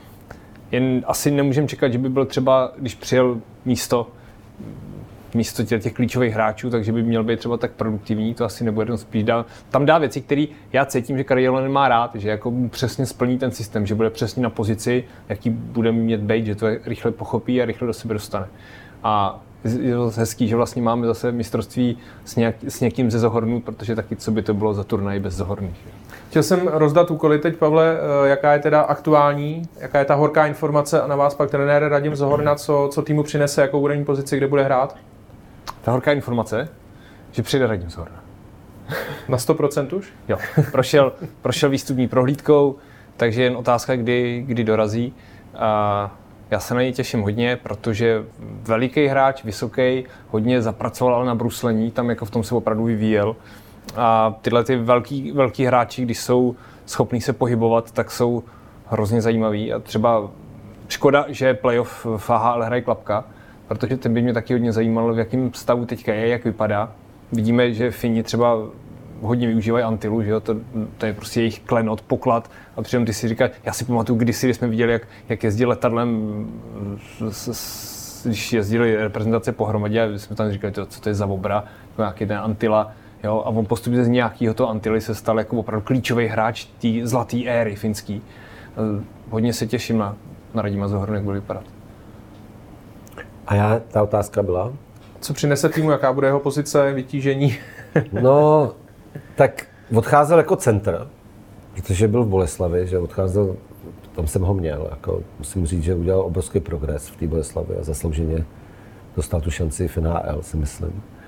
jen asi nemůžeme čekat, že by byl třeba, když přijel místo, místo těch, těch klíčových hráčů, takže by měl být třeba tak produktivní, to asi nebude, spíš dá, tam dá věci, které já cítím, že Kariéla nemá rád, že jako přesně splní ten systém, že bude přesně na pozici, jaký bude mít být, že to rychle pochopí a rychle do sebe dostane. A je to hezký, že vlastně máme zase mistrovství s, nějak, s někým ze Zohornů, protože taky co by to bylo za turnaj bez Zohorných. Chtěl jsem rozdat úkoly teď, Pavle, jaká je teda aktuální, jaká je ta horká informace a na vás pak trenér Radim Zohorna, co, co týmu přinese, jakou bude mít pozici, kde bude hrát? Ta horká informace, že přijde Radim Zohorna. Na sto procent už? Jo, prošel, prošel výstupní prohlídkou, takže jen otázka, kdy, kdy dorazí. A já se na něj těším hodně, protože veliký hráč, vysoký, hodně zapracoval na bruslení, tam jako v tom se opravdu vyvíjel. A tyhle ty velký, velký hráči, když jsou schopní se pohybovat, tak jsou hrozně zajímaví. A třeba škoda, že playoff v A H L hraje Klapka, protože ten by mě taky hodně zajímalo, v jakém stavu teďka je, jak vypadá. Vidíme, že Fini třeba hodně využívají Antilu, že jo? To, to je prostě jejich klenot, poklad. A přitom ty si říkáš, já si pamatuju kdysi, když jsme viděli, jak, jak jezdil letadlem, s, s, když jezdili reprezentace pohromadě, a jsme tam říkali, to, co to je za obra, nějaký ten Antila. Jo? A on postupně z nějakého toho Antily se stal jako opravdu klíčový hráč té zlaté éry finský. Hodně se těším na, na Radima Zohornu, jak bude vypadat. A já, ta otázka byla? Co přinese týmu, jaká bude jeho pozice, vytížení? No, tak odcházel jako centr, protože byl v Boleslavi, že odcházel, tam jsem ho měl, jako musím říct, že udělal obrovský progres v té Boleslavi a zaslouženě dostal tu šanci v N H L, si myslím.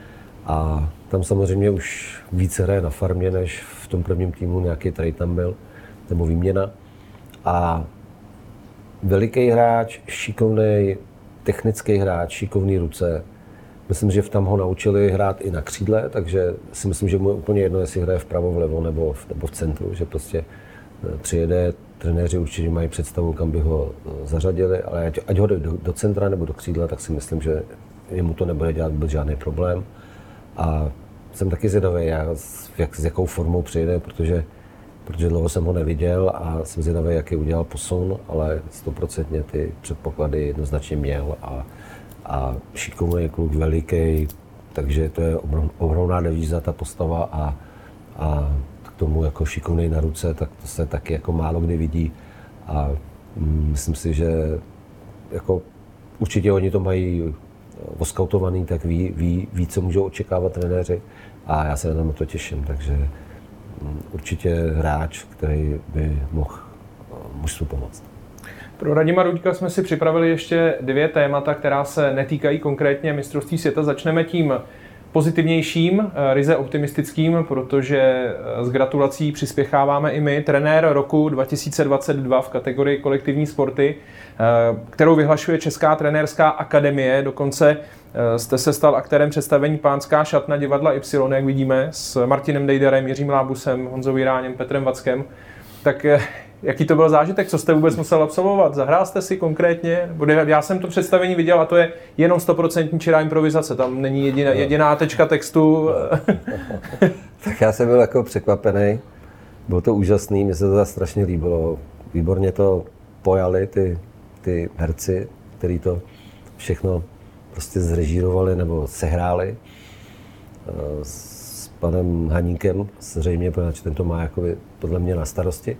A tam samozřejmě už více hraje na farmě, než v tom prvním týmu nějaký trade tam byl, nebo výměna. A veliký hráč, šikovný, technický hráč, šikovný ruce. Myslím, že v tam ho naučili hrát i na křídle, takže si myslím, že mu je úplně jedno, jestli hraje vpravo, vlevo nebo v, nebo v centru, že prostě přijede, trenéři určitě mají představu, kam by ho zařadili, ale ať, ať ho jde do, do centra nebo do křídla, tak si myslím, že jemu to nebude dělat vůbec žádný problém. A jsem taky zvědavý, jak, s jakou formou přijde, protože, protože dlouho jsem ho neviděl a jsem zvědavý, jaký udělal posun, ale stoprocentně ty předpoklady jednoznačně měl a, a šikovný kluk, veliký, takže to je ohromná devíza, ta postava a, a k tomu jako šikovný na ruce, tak to se taky jako málo kdy vidí a myslím si, že jako určitě oni to mají oskautovaný, tak ví, ví, ví, co můžou očekávat trenéři a já se na to těším, takže určitě hráč, který by mohl mužstvu pomoct. Pro Radima Ruďka jsme si připravili ještě dvě témata, která se netýkají konkrétně mistrovství světa. Začneme tím pozitivnějším, ryze optimistickým, protože s gratulací přispěcháváme i my. Trenér roku dva tisíce dvacet dva v kategorii kolektivní sporty, kterou vyhlašuje Česká trenérská akademie. Dokonce jste se stal aktérem představení Pánská šatna divadla Y, jak vidíme, s Martinem Dejderem, Jiřím Lábusem, Honzou Jiráněm, Petrem Vackem. Tak jaký to byl zážitek? Co jste vůbec musel absolvovat? Zahrál jste si konkrétně? Já jsem to představení viděl a to je jenom sto procent čirá improvizace. Tam není jediná, jediná tečka textu. Tak já jsem byl jako překvapený. Bylo to úžasný, mně se to strašně líbilo. Výborně to pojali ty, ty herci, kteří to všechno prostě zrežírovali nebo sehráli s panem Haníkem, zřejmě, protože ten to má jako podle mě na starosti.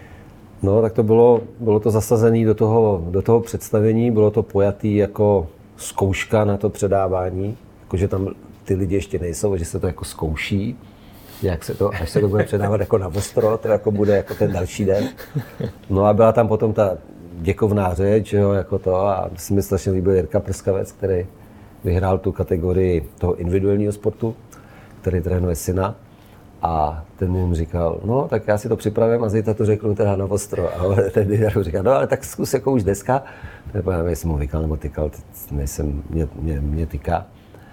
No, tak to bylo, bylo to zasazené do toho, do toho představení, bylo to pojatý jako zkouška na to předávání, jakože tam ty lidi ještě nejsou, že se to jako zkouší, jak se to, až se to bude předávat jako na ostro, to jako bude jako ten další den. No a byla tam potom ta děkovná řeč, jo, jako to, a se mi strašně líbil Jirka Prskavec, který vyhrál tu kategorii toho individuálního sportu, který trénuje syna. A ten jim říkal, no tak já si to připravím a zítra to řeknu teda na ostro. A ten Dider říkal, no ale tak zkus jako už dneska. Nebo já nevím, jestli mu vykal nebo tykal, nejsem, mě, mě, mě tyká.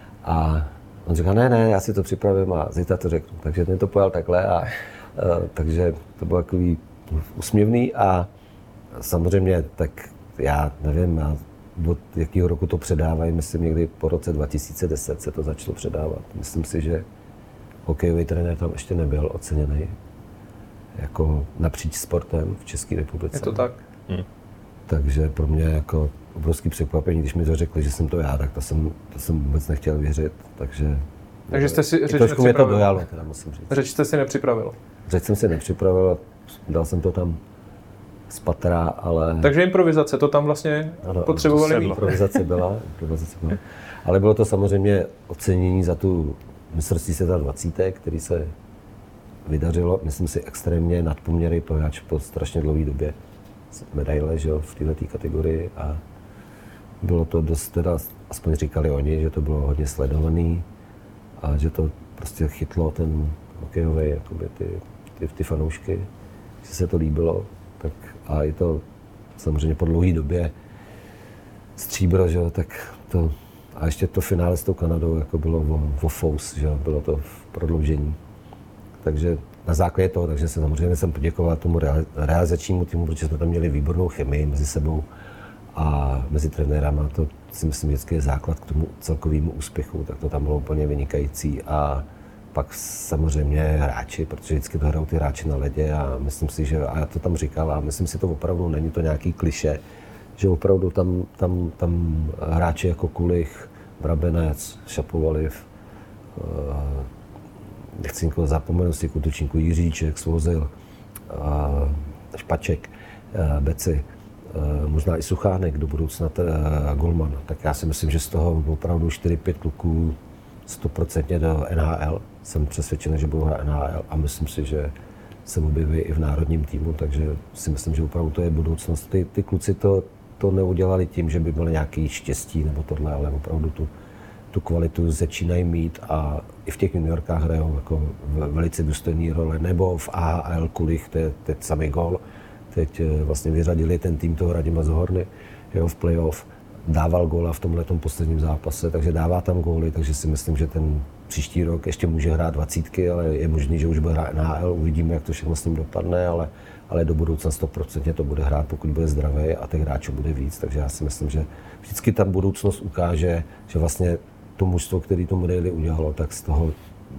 A on říkal, ne, ne, já si to připravím a zítra to řeknu. Takže ten to pojal takhle a, a takže to bylo takový úsměvný a samozřejmě tak já nevím, já od jakého roku to předávají, myslím někdy po roce dva tisíce deset se to začalo předávat. Myslím si, že hokejový trenér tam ještě nebyl oceněný jako napříč sportem v České republice. Je to tak? Hmm. Takže pro mě jako obrovský překvapení, když mi to řekli, že jsem to já, tak to jsem, to jsem vůbec nechtěl věřit. Takže, takže jste si řeč trošku mě to dojalo, teda musím říct. Řeč jste si nepřipravil? Řeč jsem si nepřipravil, dal jsem to tam z patra, ale... Takže improvizace, to tam vlastně ano, potřebovali mít. Improvizace byla, improvizace byla. Ale bylo to samozřejmě ocenění za tu mistrovství světa dvacítek, který se vydařilo, myslím si, extrémně nadpoměry pojáč po strašně dlouhé době. Medaile, že jo, v této kategorii a bylo to dost, teda, aspoň říkali oni, že to bylo hodně sledovaný a že to prostě chytlo ten hokejový, jakoby ty, ty, ty fanoušky, že se to líbilo, tak a je to samozřejmě po dlouhé době stříbro, že jo, tak to a ještě to finále s tou Kanadou jako bylo o, o fous, že bylo to v prodloužení. Takže na základě toho, takže se samozřejmě jsem poděkoval tomu realizačnímu týmu, protože jsme tam měli výbornou chemii mezi sebou a mezi trenérama. To si myslím vždycky je základ k tomu celkovému úspěchu, tak to tam bylo úplně vynikající. A pak samozřejmě hráči, protože vždycky to hrajou ty hráči na ledě a myslím si, že, a já to tam říkal, a myslím si to opravdu, není to nějaký klišé, že opravdu tam, tam, tam hráči jako Kulich, Brabenec, Šapovaliv, uh, nechci nikoho zapomenout z těch útočníků, Jiříček, Svozil, uh, Špaček, uh, Beci, uh, možná i Suchánek, do budoucna uh, golman. Tak já si myslím, že z toho opravdu čtyři pět kluků stoprocentně do N H L. Jsem přesvědčený, že budou hrát N H L a myslím si, že se objeví i v národním týmu, takže si myslím, že opravdu to je budoucnost. Ty, ty kluci to, to neudělali tím, že by byl nějaký štěstí nebo tohle, ale opravdu tu tu kvalitu začínají mít a i v těch juniorkách hrajou jako velice důstojný role, nebo v A H L Kulich, to je teď samý gól. Teď vlastně vyřadili ten tým toho Radima Zohorny, jeho v playoff, dával góla v tomhletom posledním zápase, takže dává tam góly, takže si myslím, že ten příští rok ještě může hrát dvacítky, ale je možný, že už bude hrát N H L, uvidíme, jak to všechno s ním dopadne, ale, ale do budoucna sto procent to bude hrát, pokud bude zdravý a těch hráčů bude víc, takže já si myslím, že vždycky ta budoucnost ukáže, že vlastně to mužstvo, který to medaili udělalo, tak z toho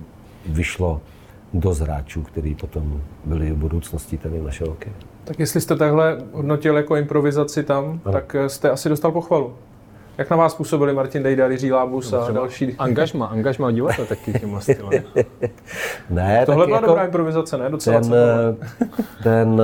vyšlo dost hráčů, kteří potom byli v budoucnosti tady naše roky. Tak jestli jste takhle hodnotil jako improvizaci tam, ano. tak jste asi dostal pochvalu. Jak na vás působili Martin Dejda, Jiří Lábus a další? Angažma, angažma diváka taky tímhle stylem. Ne, tohle byla jako dobrá improvizace, ne? Docela ten, ten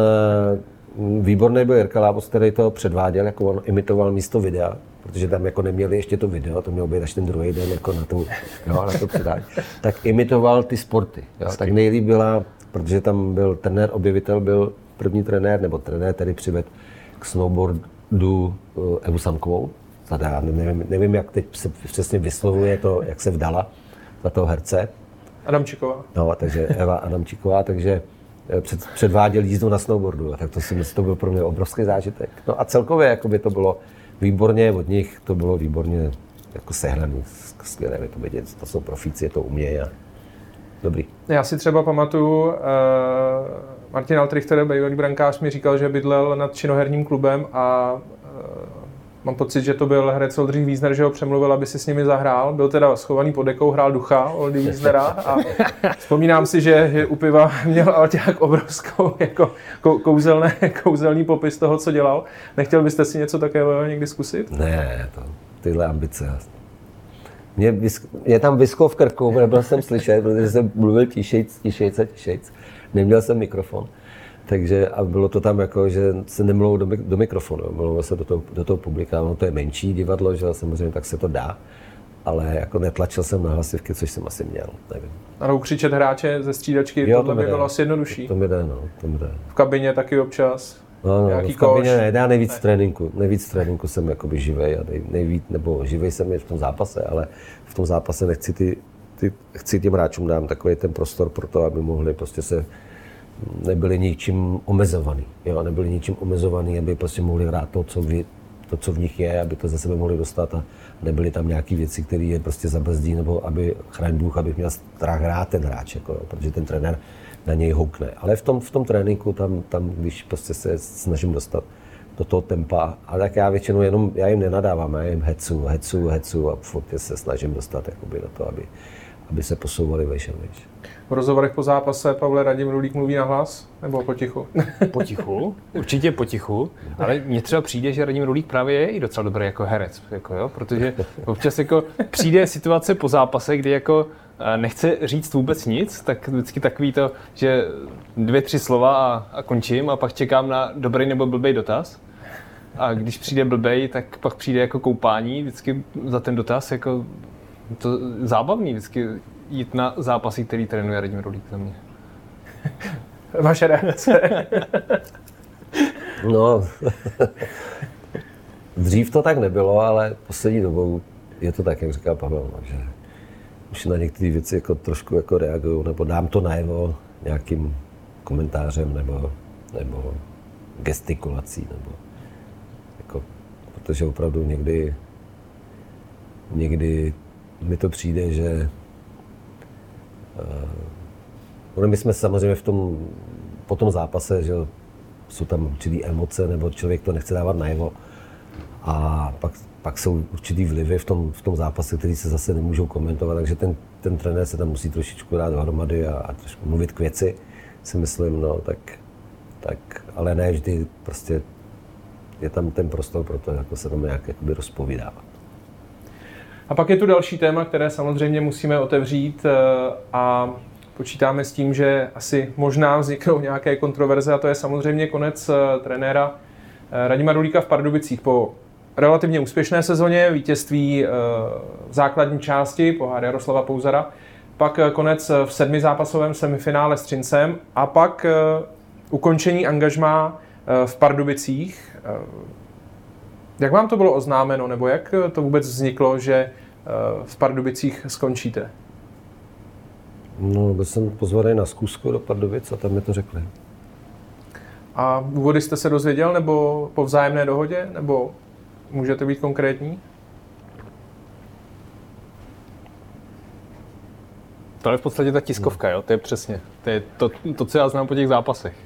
výborný byl Jirka Lábus, který to předváděl, jako on imitoval místo videa, protože tam jako neměli ještě to video, to mělo být až ten druhý den jako na to, jo, na to předání. Tak imitoval ty sporty. Jo. Tak nejlíp byla, protože tam byl trenér, objevitel byl první trenér, nebo trenér tady přived k snowboardu Evu Sankovou. Zadá, nevím, nevím, jak teď se přesně vyslovuje to, jak se vdala za toho herce. Adamčíková. No, takže Eva Adamčíková, takže před, předváděl jízdu na snowboardu, tak to si myslím, to byl pro mě obrovský zážitek. No a celkově jakoby to bylo výborně, od nich to bylo výborně jako sehraný, skvělé, to vidět, to jsou profíci, to umějí a dobrý. Já si třeba pamatuju, uh, Martin Altrichter, bývalý brankář, mi říkal, že bydlel nad činoherním klubem a uh, mám pocit, že to byl herec Oldřich Wiesner, že ho přemluvil, aby si s nimi zahrál. Byl teda schovaný pod dekou, hrál ducha Oldy Wiesnera a vzpomínám si, že, že u piva měl Alťák obrovskou jako kouzelné, kouzelný popis toho, co dělal. Nechtěl byste si něco takového někdy zkusit? Ne, to, tyhle ambice. Mě, vysk, mě tam vysklo v krku, nebyl jsem slyšet, protože jsem mluvil tišejc, tišejc a tišejc. Neměl jsem mikrofon. Takže a bylo to tam jako, že se nemluvilo do, do mikrofonu, mluvilo se do toho, do toho publika, no to je menší divadlo, že samozřejmě tak se to dá, ale jako netlačil jsem na hlasivky, což jsem asi měl, nevím. A ukřičet hráče ze střídačky, jo, tohle to by bylo asi jednodušší. To mi jde, no, to mi jde. V kabině taky občas. No, no, no v kabině ne, já nejvíc ne. v tréninku, nejvíc v tréninku jsem jakoby živej a nej, nejvíc, nebo živej jsem je v tom zápase, ale v tom zápase nechci ty, ty, chci těm hráčům dám takový ten prostor pro to, aby mohli prostě se nebyli ničím omezovaný, jo, nebyli ničím omezovaný, aby prostě mohli hrát to, co, vy, to, co v nich je, aby to za sebe mohli dostat a nebyly tam nějaké věci, které je prostě zabrzdí, nebo aby, chraň Bůh, abych měl strach hrát ten hráč, jako, protože ten trenér na něj houkne. Ale v tom, v tom tréninku, tam, tam, když prostě se snažím dostat do toho tempa, a tak já většinou jenom, já jim nenadávám, já jim hecu, hecu, hecu a furt se snažím dostat jakoby, do toho, aby, aby se posouvali vejš a vejš. V rozhovorech po zápase Pavle Radim Rulík mluví na hlas nebo potichu? Potichu, určitě potichu, ale mně třeba přijde, že Radim Rulík právě je i docela dobrý jako herec, jako jo, protože občas jako přijde situace po zápase, kdy jako nechce říct vůbec nic, tak vždycky takový to, že dvě, tři slova a, a končím a pak čekám na dobrý nebo blbej dotaz. A když přijde blbej, tak pak přijde jako koupání vždycky za ten dotaz, jako to zábavný vždycky jít na zápasy, který trénuje Radim Rulík za mě. Vaše reakce? No, dřív to tak nebylo, ale poslední dobou je to tak, jak říká Pavel, no, že už na některé věci jako trošku jako reaguju, nebo dám to najevo nějakým komentářem, nebo, nebo gestikulací, nebo jako, protože opravdu někdy, někdy mi to přijde, že uh, my jsme samozřejmě v tom, po tom zápase, že jsou tam určitý emoce, nebo člověk to nechce dávat najevo. A pak, pak jsou určitý vlivy v tom, v tom zápase, který se zase nemůžou komentovat, takže ten, ten trenér se tam musí trošičku dát dohromady a, a trošku mluvit k věci, si myslím, no, tak, tak, ale ne vždy prostě je tam ten prostor pro to, jako se tam nějak jakoby rozpovídávat. A pak je tu další téma, které samozřejmě musíme otevřít a počítáme s tím, že asi možná vzniknou nějaké kontroverze a to je samozřejmě konec trenéra Radima Rulíka v Pardubicích. Po relativně úspěšné sezóně, vítězství v základní části, pohár Jaroslava Pouzara, pak konec v sedmizápasovém semifinále s Třincem a pak ukončení angažmá v Pardubicích. Jak vám to bylo oznámeno, nebo jak to vůbec vzniklo, že v Pardubicích skončíte? No, byl jsem pozvaný na zkusku do Pardubic a tam mi to řekli. A důvody jste se dozvěděl, nebo po vzájemné dohodě, nebo můžete být konkrétní? To je v podstatě ta tiskovka, jo? To je přesně. To je to, to, co já znám po těch zápasech.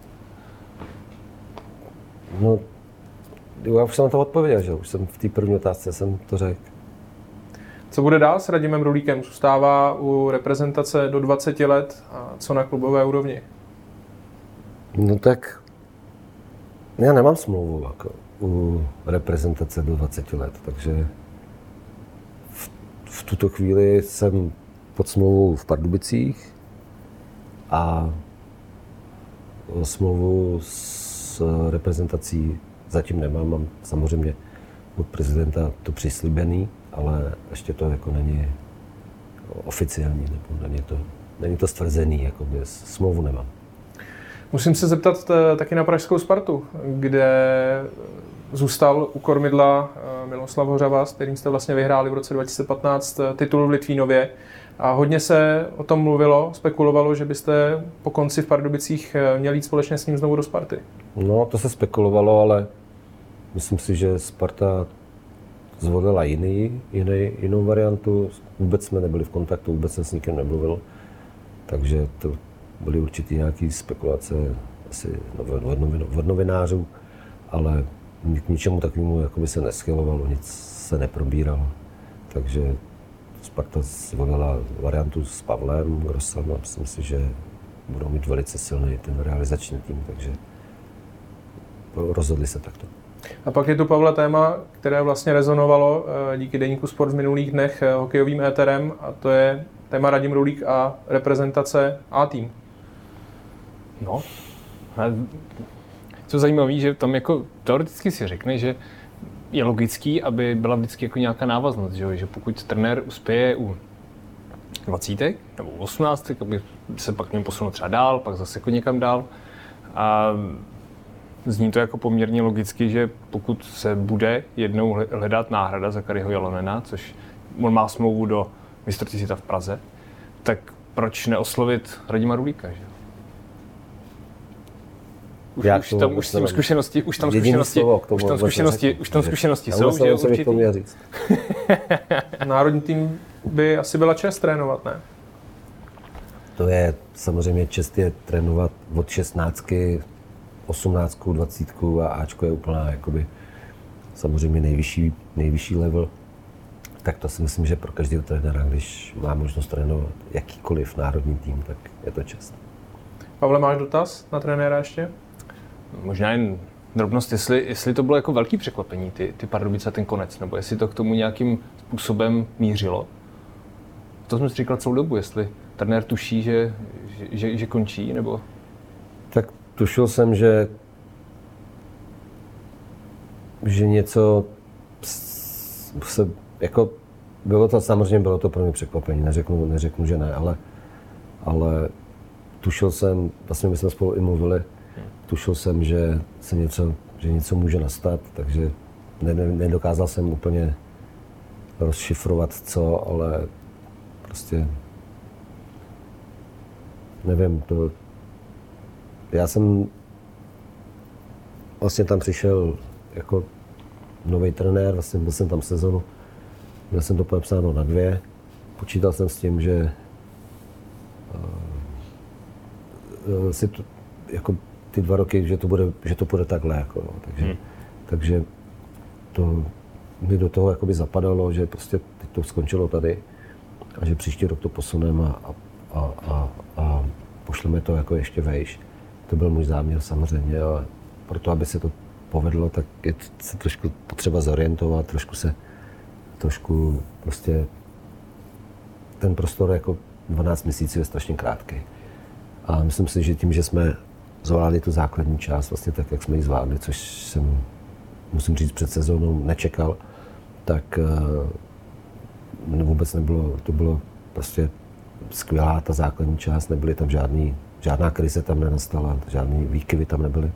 No, já už jsem na to odpověděl, že už jsem v té první otázce jsem to řekl. Co bude dál s Radimem Rulíkem? Zůstává u reprezentace do dvaceti let a co na klubové úrovni? No tak, já nemám smlouvu jako u reprezentace do dvaceti let, takže v, v tuto chvíli jsem pod smlouvou v Pardubicích a smlouvu s reprezentací zatím nemám, mám samozřejmě od prezidenta to přislíbený, ale ještě to jako není oficiální, nebo není to, není to stvrzený, jakoby smlouvu nemám. Musím se zeptat t- taky na pražskou Spartu, kde zůstal u kormidla Miloslav Hořava, s kterým jste vlastně vyhráli v roce dva tisíce patnáct titul v Litvínově. A hodně se o tom mluvilo, spekulovalo, že byste po konci v Pardubicích měli jít společně s ním znovu do Sparty. No, to se spekulovalo, ale myslím si, že Sparta zvolila jiný, jiný, jinou variantu. Vůbec jsme nebyli v kontaktu, vůbec jsem s nikým nemluvil. Takže to byly určitě nějaké spekulace asi od novinářů, ale k ničemu takovému jakoby se neschylovalo, nic se neprobíralo. Takže Sparta zvolila variantu s Pavlem Grossem a myslím si, že budou mít velice silný ten realizační tým, takže rozhodli se takto. A pak je tu, Pavle, téma, které vlastně rezonovalo díky deníku Sport v minulých dnech hokejovým éterem, a to je téma Radim Rulík a reprezentace A-tým. No, co zajímavé, že tam jako teoreticky si řekne, že je logický, aby byla vždycky jako nějaká návaznost, že, že pokud trenér uspěje u dvacítek nebo u osmnáctek, aby se pak něm posunul třeba dál, pak zase jako někam dál. A zní to jako poměrně logicky, že pokud se bude jednou hledat náhrada za Kariho Jalonena, což on má smlouvu do mistrovství světa v Praze, tak proč neoslovit Radima Rulíka, že? Už, už tam už tam zkušenosti, už tam zkušenosti, už tam zkušenosti, už tam zkušenosti jsou, že určitý. Národní tým by asi byla čest trénovat, ne? To je samozřejmě čest je trénovat od šestnáctky, osmnáctku, dvacítku a Ačko je úplná jakoby samozřejmě nejvyšší, nejvyšší level. Tak to si myslím, že pro každého trenéra, když má možnost trénovat jakýkoliv národní tým, tak je to čest. Pavle, máš dotaz na trenéra ještě? Možná jen drobnost, jestli, jestli to bylo jako velký překvapení, ty, ty Pardubice a ten konec, nebo jestli to k tomu nějakým způsobem mířilo. To jsem si říkal celou dobu, jestli trenér tuší, že, že, že, že končí, nebo... Tak tušil jsem, že, že něco se, jako bylo to, samozřejmě bylo to pro mě překvapení, neřeknu, neřeknu že ne, ale, ale tušil jsem, vlastně my jsme spolu i mluvili, tušil jsem, že se něco, že něco může nastat, takže ne, ne, nedokázal jsem úplně rozšifrovat co, ale prostě nevím, to já jsem vlastně tam přišel jako nový trenér, vlastně byl jsem tam sezonu, měl jsem to podepsáno na dvě, počítal jsem s tím, že uh, si to, jako ty dva roky, že to bude, že to bude takhle, jako, no. takže, hmm. takže to mi do toho jakoby zapadalo, že prostě teď to skončilo tady a že příští rok to posuneme a, a, a, a pošleme to jako ještě vejš. To byl můj záměr samozřejmě, ale proto, aby se to povedlo, tak je se trošku potřeba zorientovat, trošku se, trošku prostě ten prostor jako dvanáct měsíců je strašně krátký. A myslím si, že tím, že jsme zvládli tu základní část, vlastně tak, jak jsme ji zvládli, což jsem, musím říct, před sezónou nečekal, tak uh, vůbec nebylo, to bylo prostě skvělá ta základní část, nebyly tam žádný, žádná krize tam nenastala, žádný výkyvy tam nebyly.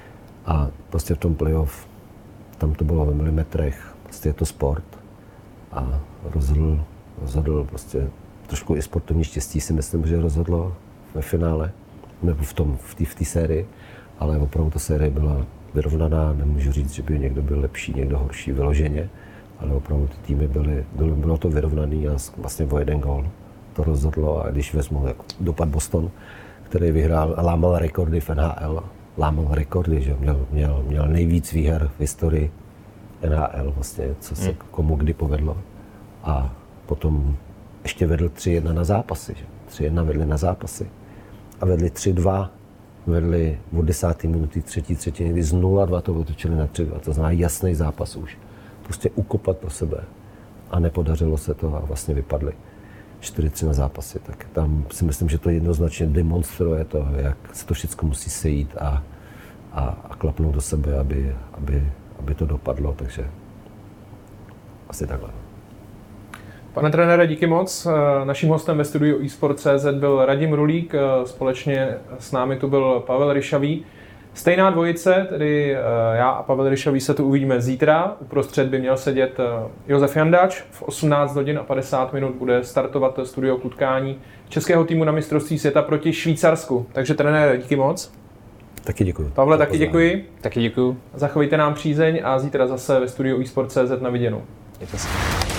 A prostě v tom playoff, tam to bylo ve milimetrech, prostě je to sport. a rozhodl, rozhodl prostě trošku i sportovní štěstí si myslím, že rozhodlo ve finále, nebo v tom, v té v té sérii, ale opravdu ta série byla vyrovnaná, nemůžu říct, že by někdo byl lepší, někdo horší vyloženě, ale opravdu ty týmy byly, bylo, bylo to vyrovnaný a vlastně o jeden gól to rozhodlo. A když vezmu jako dopad Boston, který vyhrál a lámal rekordy v N H L, lámal rekordy, že měl, měl, měl nejvíc výher v historii N H L, vlastně, co se komu kdy povedlo. A potom ještě vedl tři jedna na zápasy, že? tři jedna vedli na zápasy. A vedli tři dva, vedli od desáté minuty třetí třetiny, kdy z nula dva to otočili na tři dva. To znamená jasný zápas už. Prostě ukopat pro sebe. A nepodařilo se to a vlastně vypadli čtyři tři na zápasy. Tak tam si myslím, že to jednoznačně demonstruje to, jak se to všechno musí sejít a, a, a klapnout do sebe, aby, aby, aby to dopadlo. Takže asi takhle. Pane trenére, díky moc. Naším hostem ve studiu eSport tečka cé zet byl Radim Rulík, společně s námi tu byl Pavel Ryšavý. Stejná dvojice, tedy já a Pavel Ryšavý se tu uvidíme zítra. Uprostřed by měl sedět Josef Jandáč. V osmnáct hodin a padesát minut bude startovat studio k utkání českého týmu na mistrovství světa proti Švýcarsku. Takže trenére, díky moc. Taky děkuji. Pavle, taky děkuji. Taky děkuji. Zachovejte nám přízeň a zítra zase ve studiu eSport tečka cé zet na viděnou. Mějte se.